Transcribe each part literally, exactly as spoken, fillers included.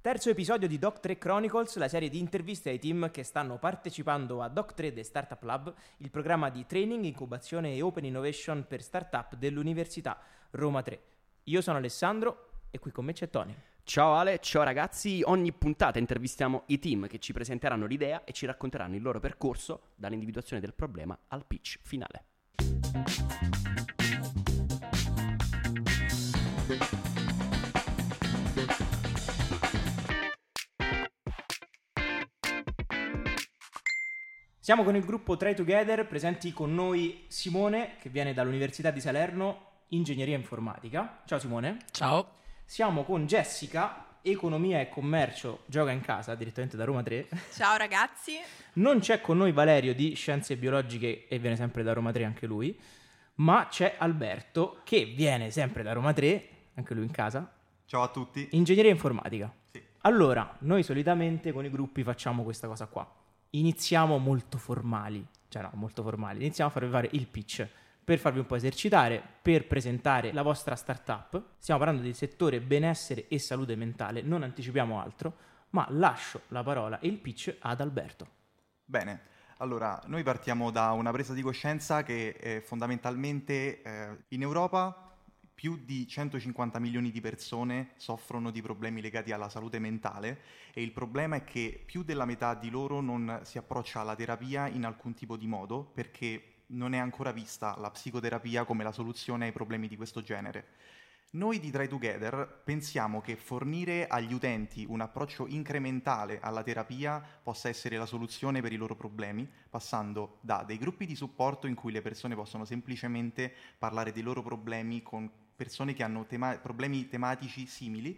Terzo episodio di Doc tre Chronicles, la serie di interviste ai team che stanno partecipando a Doc tre The Startup Lab, il programma di training, incubazione e open innovation per startup dell'Università Roma tre. Io sono Alessandro e qui con me c'è Tony. Ciao Ale, ciao ragazzi. Ogni puntata intervistiamo i team che ci presenteranno l'idea e ci racconteranno il loro percorso dall'individuazione del problema al pitch finale. Siamo con il gruppo Try Together, presenti con noi Simone, che viene dall'Università di Salerno, ingegneria informatica. Ciao Simone. Ciao. Siamo con Jessica, economia e commercio, gioca in casa, direttamente da Roma tre. Ciao ragazzi. Non c'è con noi Valerio di scienze biologiche e viene sempre da Roma tre anche lui, ma c'è Alberto che viene sempre da Roma tre, anche lui in casa. Ciao a tutti. Ingegneria informatica. Sì. Allora, noi solitamente con i gruppi facciamo questa cosa qua. Iniziamo molto formali, cioè no, molto formali. Iniziamo a farvi fare il pitch per farvi un po' esercitare, per presentare la vostra startup. Stiamo parlando del settore benessere e salute mentale, non anticipiamo altro, ma lascio la parola e il pitch ad Alberto. Bene, allora noi partiamo da una presa di coscienza che eh, fondamentalmente eh, in Europa più di centocinquanta milioni di persone soffrono di problemi legati alla salute mentale e il problema è che più della metà di loro non si approccia alla terapia in alcun tipo di modo perché non è ancora vista la psicoterapia come la soluzione ai problemi di questo genere. Noi di Try Together pensiamo che fornire agli utenti un approccio incrementale alla terapia possa essere la soluzione per i loro problemi, passando da dei gruppi di supporto in cui le persone possono semplicemente parlare dei loro problemi con persone che hanno tema- problemi tematici simili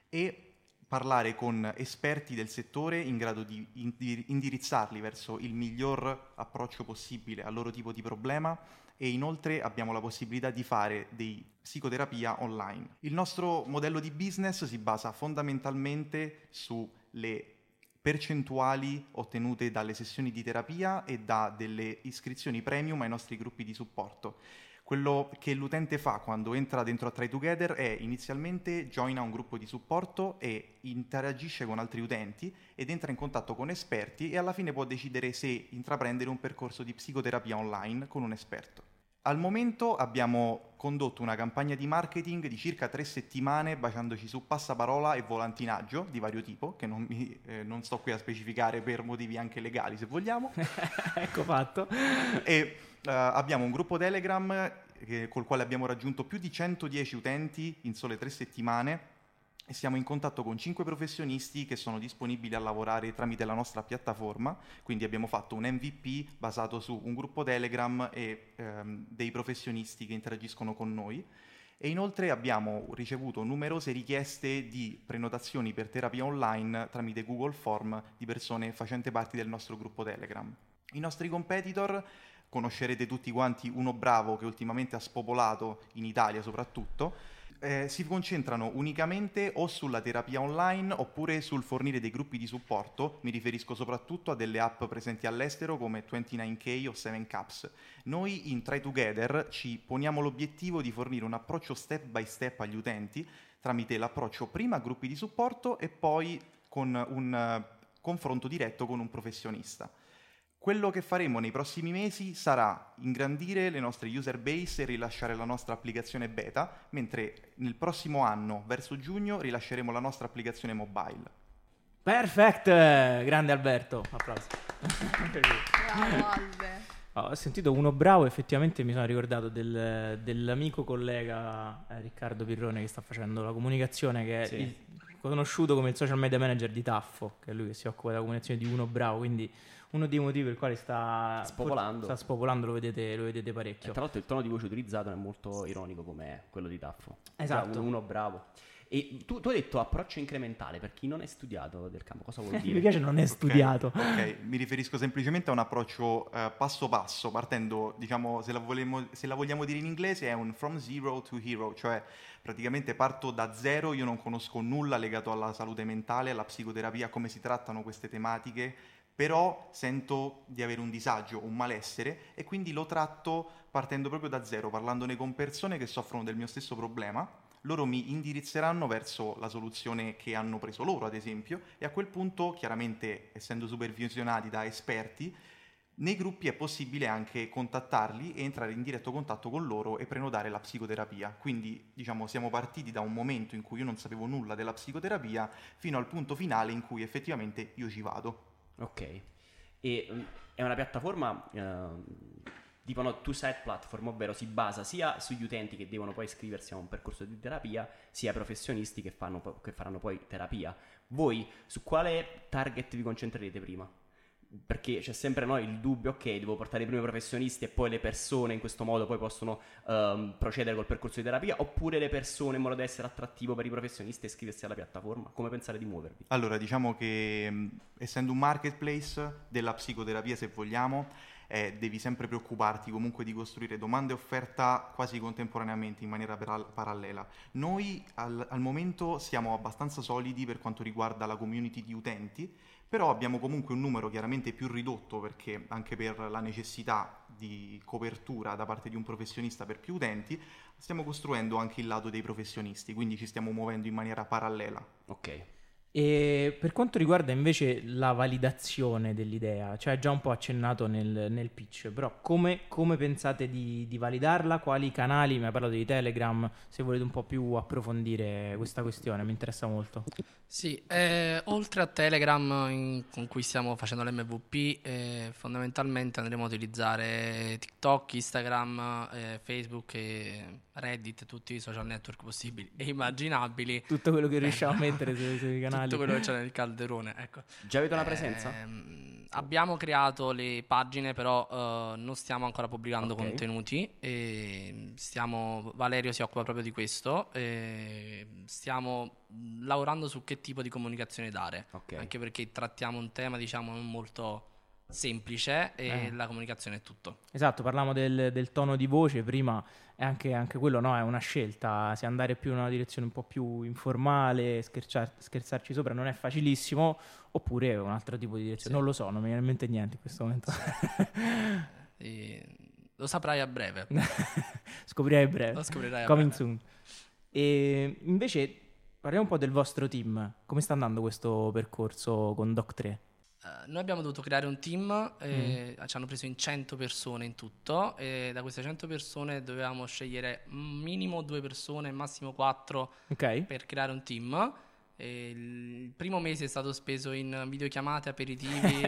e parlare con esperti del settore in grado di indirizzarli verso il miglior approccio possibile al loro tipo di problema e inoltre abbiamo la possibilità di fare dei psicoterapia online. Il nostro modello di business si basa fondamentalmente sulle percentuali ottenute dalle sessioni di terapia e da delle iscrizioni premium ai nostri gruppi di supporto. Quello che l'utente fa quando entra dentro a Try Together è inizialmente joina un gruppo di supporto e interagisce con altri utenti ed entra in contatto con esperti e alla fine può decidere se intraprendere un percorso di psicoterapia online con un esperto. Al momento abbiamo condotto una campagna di marketing di circa tre settimane basandoci su passaparola e volantinaggio di vario tipo, che non, mi, eh, non sto qui a specificare per motivi anche legali se vogliamo. Ecco fatto. E uh, abbiamo un gruppo Telegram che, col quale abbiamo raggiunto più di centodieci utenti in sole tre settimane e siamo in contatto con cinque professionisti che sono disponibili a lavorare tramite la nostra piattaforma, quindi abbiamo fatto un M V P basato su un gruppo Telegram e ehm, dei professionisti che interagiscono con noi e inoltre abbiamo ricevuto numerose richieste di prenotazioni per terapia online tramite Google Form di persone facenti parte del nostro gruppo Telegram. I nostri competitor conoscerete tutti quanti Uno Bravo che ultimamente ha spopolato in Italia soprattutto. Eh, si concentrano unicamente o sulla terapia online oppure sul fornire dei gruppi di supporto, mi riferisco soprattutto a delle app presenti all'estero come ventinove K o seven Caps. Noi in Try Together ci poniamo l'obiettivo di fornire un approccio step by step agli utenti tramite l'approccio prima a gruppi di supporto e poi con un uh, confronto diretto con un professionista. Quello che faremo nei prossimi mesi sarà ingrandire le nostre user base e rilasciare la nostra applicazione beta, mentre nel prossimo anno, verso giugno, rilasceremo la nostra applicazione mobile. Perfect! Grande Alberto, applausi. Bravo Albe. Oh, ho sentito Uno Bravo, effettivamente mi sono ricordato del, dell'amico collega eh, Riccardo Pirrone che sta facendo la comunicazione, che è Sì. il, conosciuto come il social media manager di Taffo, che è lui che si occupa della comunicazione di Uno Bravo, quindi uno dei motivi per il quale sta Spopolando. sta spopolando lo vedete, lo vedete parecchio. E tra l'altro il tono di voce utilizzato è molto ironico come quello di Taffo. Esatto. Uno, uno bravo. E tu, tu hai detto approccio incrementale, per chi non è studiato del campo, cosa vuol dire? Mi piace non è studiato. Ok, mi riferisco semplicemente a un approccio eh, passo passo, partendo, diciamo, se la, vogliamo, se la vogliamo dire in inglese, è un from zero to hero, cioè praticamente parto da zero, io non conosco nulla legato alla salute mentale, alla psicoterapia, come si trattano queste tematiche, però sento di avere un disagio, un malessere e quindi lo tratto partendo proprio da zero, parlandone con persone che soffrono del mio stesso problema. loro mi indirizzeranno verso la soluzione che hanno preso loro, ad esempio, e a quel punto, chiaramente, essendo supervisionati da esperti, nei gruppi è possibile anche contattarli e entrare in diretto contatto con loro e prenotare la psicoterapia. Quindi, diciamo, siamo partiti da un momento in cui io non sapevo nulla della psicoterapia fino al punto finale in cui effettivamente io ci vado. Ok. E um, è una piattaforma uh, tipo no, two-side platform, ovvero si basa sia sugli utenti che devono poi iscriversi a un percorso di terapia, sia professionisti che, fanno, che faranno poi terapia. Voi su quale target vi concentrerete prima? Perché c'è sempre no, il dubbio, ok, devo portare i primi professionisti e poi le persone in questo modo poi possono um, procedere col percorso di terapia, oppure le persone in modo da essere attrattivo per i professionisti e iscriversi alla piattaforma? Come pensare di muovervi? Allora, diciamo che mh, essendo un marketplace della psicoterapia, se vogliamo, eh, devi sempre preoccuparti comunque di costruire domanda e offerta quasi contemporaneamente in maniera para- parallela. Noi al, al momento siamo abbastanza solidi per quanto riguarda la community di utenti, però abbiamo comunque un numero chiaramente più ridotto, perché anche per la necessità di copertura da parte di un professionista per più utenti stiamo costruendo anche il lato dei professionisti, quindi ci stiamo muovendo in maniera parallela. Ok. E per quanto riguarda invece la validazione dell'idea, cioè già un po' accennato nel, nel pitch, però come, come pensate di, di validarla? Quali canali? Mi ha parlato di Telegram, se volete un po' più approfondire questa questione, mi interessa molto. Sì, eh, oltre a Telegram in- con cui stiamo facendo l'M V P, eh, fondamentalmente andremo a utilizzare TikTok, Instagram, eh, Facebook e Reddit, tutti i social network possibili e immaginabili. Tutto quello che riusciamo a mettere sui, sui canali. Tutto quello che c'è nel calderone, ecco. Già avete una presenza? Ehm, abbiamo creato le pagine, però eh, non stiamo ancora pubblicando Ok. contenuti. E stiamo, Valerio si occupa proprio di questo. E stiamo mh, lavorando su che tipo di comunicazione dare. Ok. Anche perché trattiamo un tema, diciamo, non molto semplice e Eh. la comunicazione è tutto. Esatto, parlavamo del, del tono di voce prima, e anche, anche quello no, è una scelta, se andare più in una direzione un po' più informale, scherciar- scherzarci sopra non è facilissimo, oppure un altro tipo di direzione, Sì. non lo so, non mi viene in mente niente in questo momento. E lo saprai a breve. Scoprirai a breve. Lo scoprirai a Coming breve. soon. E invece parliamo un po' del vostro team. Come sta andando questo percorso con Doc tre? Eh, noi abbiamo dovuto creare un team, e ci hanno preso in cento persone in tutto e da queste cento persone dovevamo scegliere minimo due persone, massimo quattro Ok? per creare un team. E il primo mese è stato speso in videochiamate, aperitivi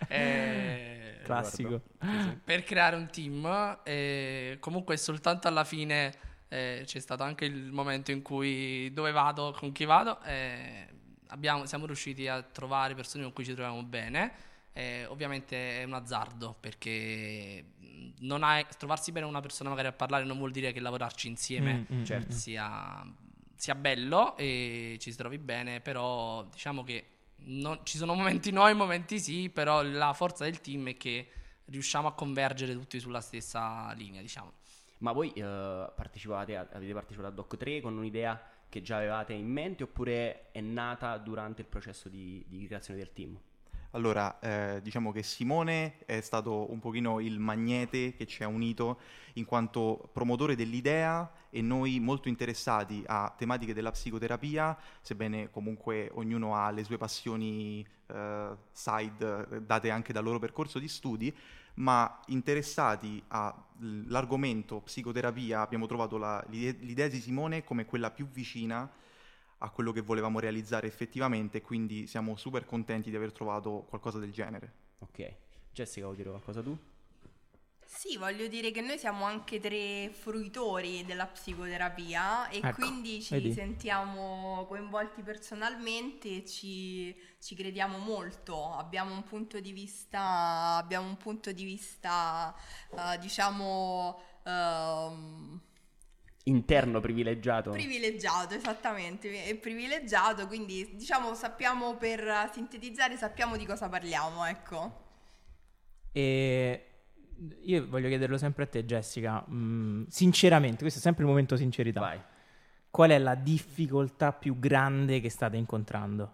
e- Classico. per creare un team e comunque soltanto alla fine eh, c'è stato anche il momento in cui dove vado, con chi vado e abbiamo, siamo riusciti a trovare persone con cui ci troviamo bene. Eh, ovviamente è un azzardo perché non hai, trovarsi bene con una persona magari a parlare non vuol dire che lavorarci insieme Mm, mm, certo. mm. sia, sia bello e ci si trovi bene, però diciamo che non- ci sono momenti no e momenti sì, però la forza del team è che riusciamo a convergere tutti sulla stessa linea, diciamo. Ma voi eh, partecipate a- avete partecipato a Doc tre con un'idea che già avevate in mente, oppure è nata durante il processo di, di creazione del team? Allora, eh, diciamo che Simone è stato un pochino il magnete che ci ha unito in quanto promotore dell'idea e noi molto interessati a tematiche della psicoterapia, sebbene comunque ognuno ha le sue passioni eh, side eh, date anche dal loro percorso di studi, ma interessati all'argomento psicoterapia abbiamo trovato la- l'ide- l'idea di Simone come quella più vicina a quello che volevamo realizzare effettivamente, quindi siamo super contenti di aver trovato qualcosa del genere. Ok. Jessica, vuoi dire qualcosa tu? Sì, voglio dire che noi siamo anche tre fruitori della psicoterapia e Ecco, quindi ci vedi? sentiamo coinvolti personalmente e ci, ci crediamo molto. Abbiamo un punto di vista, abbiamo un punto di vista, eh, diciamo, ehm, Interno privilegiato. privilegiato, esattamente, è privilegiato, quindi diciamo sappiamo, per sintetizzare, sappiamo di cosa parliamo, ecco. E io voglio chiederlo sempre a te, Jessica. Mm, sinceramente, questo è sempre il momento sincerità. Vai. Qual è la difficoltà più grande che state incontrando?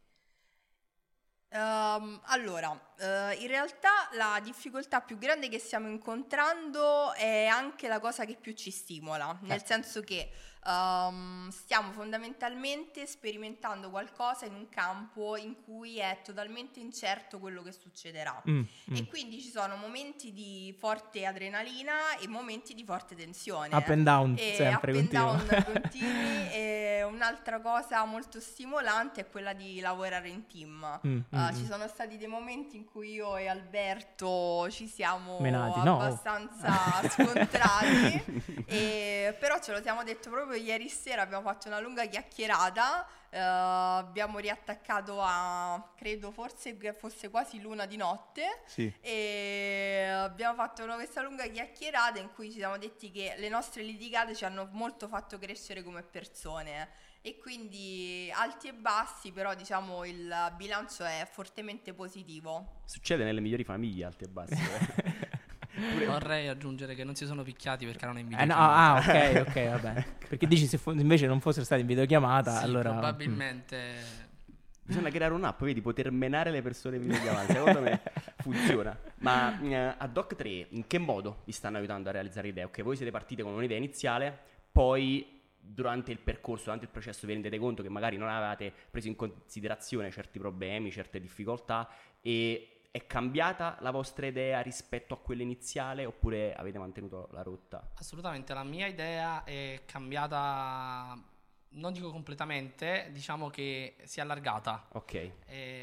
Ehm, allora, eh, in realtà la difficoltà più grande che stiamo incontrando è anche la cosa che più ci stimola, nel Certo. senso che um, stiamo fondamentalmente sperimentando qualcosa in un campo in cui è totalmente incerto quello che succederà. Mm, E mm. quindi ci sono momenti di forte adrenalina e momenti di forte tensione. Up and down, E sempre up and continuo. down continui. E un'altra cosa molto stimolante è quella di lavorare in team. Mm, Uh, mm, ci mm. sono stati dei momenti in cui io e Alberto ci siamo Menati, no. abbastanza scontrati, e, però ce lo siamo detto proprio ieri sera, abbiamo fatto una lunga chiacchierata, uh, abbiamo riattaccato a, credo forse che fosse quasi l'una di notte, Sì. e abbiamo fatto una, questa lunga chiacchierata in cui ci siamo detti che le nostre litigate ci hanno molto fatto crescere come persone. E quindi alti e bassi, però diciamo il bilancio è fortemente positivo. Succede nelle migliori famiglie, alti e bassi. eh. Vorrei aggiungere che non si sono picchiati perché erano in Eh, no, videochiamata. ah, ok, ok, vabbè. Perché dici se fo- invece non fossero stati in videochiamata, Sì, allora... probabilmente. Bisogna creare un'app, vedi, poter menare le persone in videochiamata. Secondo me funziona. Ma eh, a Doc tre, in che modo vi stanno aiutando a realizzare idee? Ok, voi siete partite con un'idea iniziale, poi durante il percorso, durante il processo vi rendete conto che magari non avevate preso in considerazione certi problemi, certe difficoltà, e è cambiata la vostra idea rispetto a quella iniziale oppure avete mantenuto la rotta? Assolutamente, la mia idea è cambiata, non dico completamente, diciamo che si è allargata. Ok.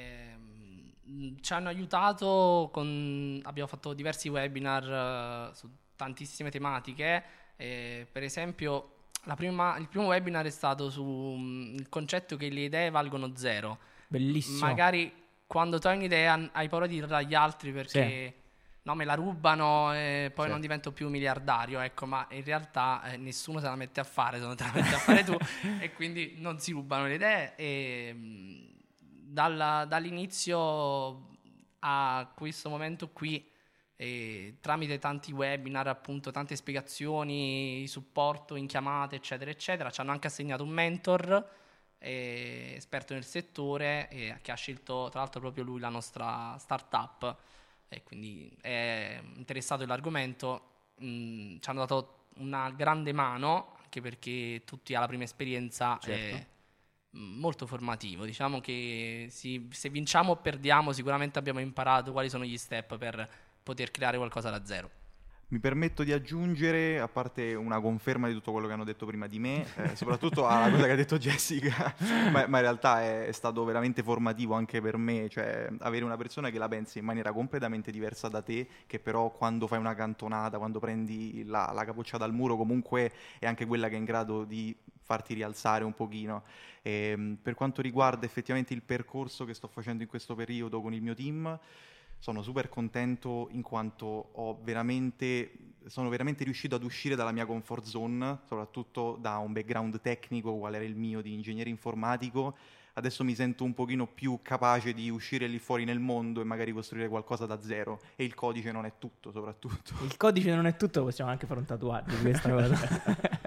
Ehm, ci hanno aiutato, con, abbiamo fatto diversi webinar eh, su tantissime tematiche, eh, per esempio la prima, il primo webinar è stato sul concetto che le idee valgono zero. Bellissimo. Magari quando tu hai un'idea hai paura di dirla agli altri perché no, me la rubano e poi Sì. non divento più miliardario, ecco, ma in realtà eh, nessuno se la mette a fare se non te la metti a fare tu e quindi non si rubano le idee. E mh, dalla- dall'inizio a questo momento qui, e tramite tanti webinar, appunto, tante spiegazioni, supporto in chiamate, eccetera, eccetera, ci hanno anche assegnato un mentor eh, esperto nel settore, e che ha scelto tra l'altro proprio lui la nostra startup, e quindi è interessato all'argomento. Mh, ci hanno dato una grande mano, anche perché tutti alla prima esperienza Certo. è mh, molto formativo. Diciamo che si- se vinciamo o perdiamo sicuramente abbiamo imparato quali sono gli step per poter creare qualcosa da zero. Mi permetto di aggiungere, a parte una conferma di tutto quello che hanno detto prima di me, eh, soprattutto alla cosa che ha detto Jessica, ma, ma in realtà è, è stato veramente formativo anche per me, cioè avere una persona che la pensa in maniera completamente diversa da te, che però quando fai una cantonata, quando prendi la, la capoccia dal muro, comunque è anche quella che è in grado di farti rialzare un pochino. E, per quanto riguarda effettivamente il percorso che sto facendo in questo periodo con il mio team, sono super contento in quanto ho veramente, sono veramente riuscito ad uscire dalla mia comfort zone, soprattutto da un background tecnico, qual era il mio di ingegnere informatico. Adesso mi sento un pochino più capace di uscire lì fuori nel mondo e magari costruire qualcosa da zero. E il codice non è tutto, soprattutto. Il codice non è tutto, possiamo anche fare un tatuaggio di questa cosa.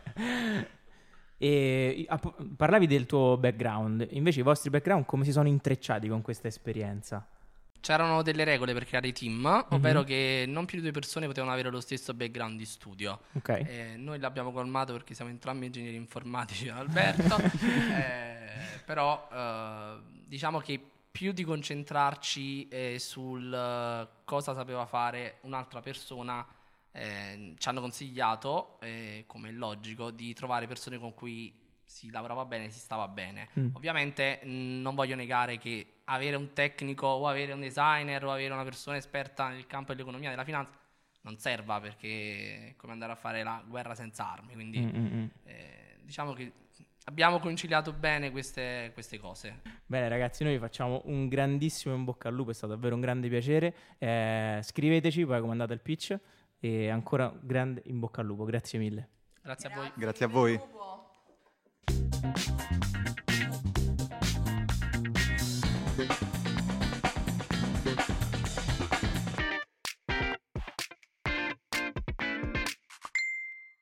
E app- parlavi del tuo background, invece i vostri background come si sono intrecciati con questa esperienza? C'erano delle regole per creare i team, ovvero che non più di due persone potevano avere lo stesso background di studio. Ok. Eh, noi l'abbiamo colmato perché siamo entrambi ingegneri informatici con Alberto, eh, però eh, diciamo che più di concentrarci eh, sul eh, cosa sapeva fare un'altra persona, eh, ci hanno consigliato, eh, come è logico, di trovare persone con cui si lavorava bene, si stava bene. Mm. Ovviamente mh, non voglio negare che avere un tecnico o avere un designer o avere una persona esperta nel campo dell'economia e della finanza non serva, perché è come andare a fare la guerra senza armi. Quindi Mm-mm. eh, diciamo che abbiamo conciliato bene queste, queste cose. Bene ragazzi, noi vi facciamo un grandissimo in bocca al lupo, è stato davvero un grande piacere. Eh, scriveteci poi come è andato il pitch e ancora grande in bocca al lupo, grazie mille. Grazie a voi. Grazie a voi. Lupo. Thank you.